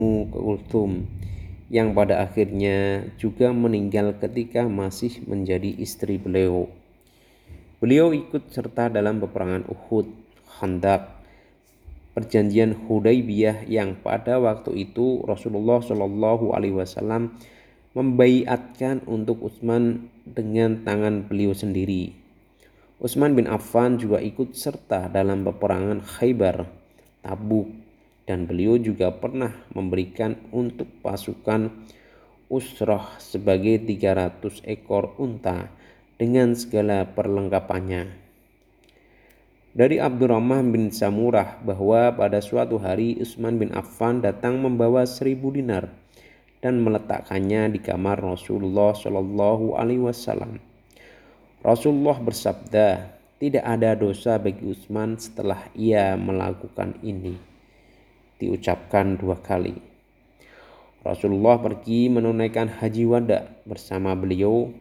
Kulthum yang pada akhirnya juga meninggal ketika masih menjadi istri beliau. Beliau ikut serta dalam peperangan Uhud, Khandaq, perjanjian Hudaybiyah yang pada waktu itu Rasulullah Shallallahu Alaihi Wasallam membaiatkan untuk Utsman dengan tangan beliau sendiri. Utsman bin Affan juga ikut serta dalam peperangan Khaybar, Tabuk, dan beliau juga pernah memberikan untuk pasukan Usrah sebagai 300 ekor unta dengan segala perlengkapannya. Dari Abdurrahman bin Samurah bahwa pada suatu hari Utsman bin Affan datang membawa 1000 dinar dan meletakkannya di kamar Rasulullah Shallallahu Alaihi Wasallam. Rasulullah bersabda, tidak ada dosa bagi Utsman setelah ia melakukan ini. Diucapkan 2 kali. Rasulullah pergi menunaikan haji wada bersama beliau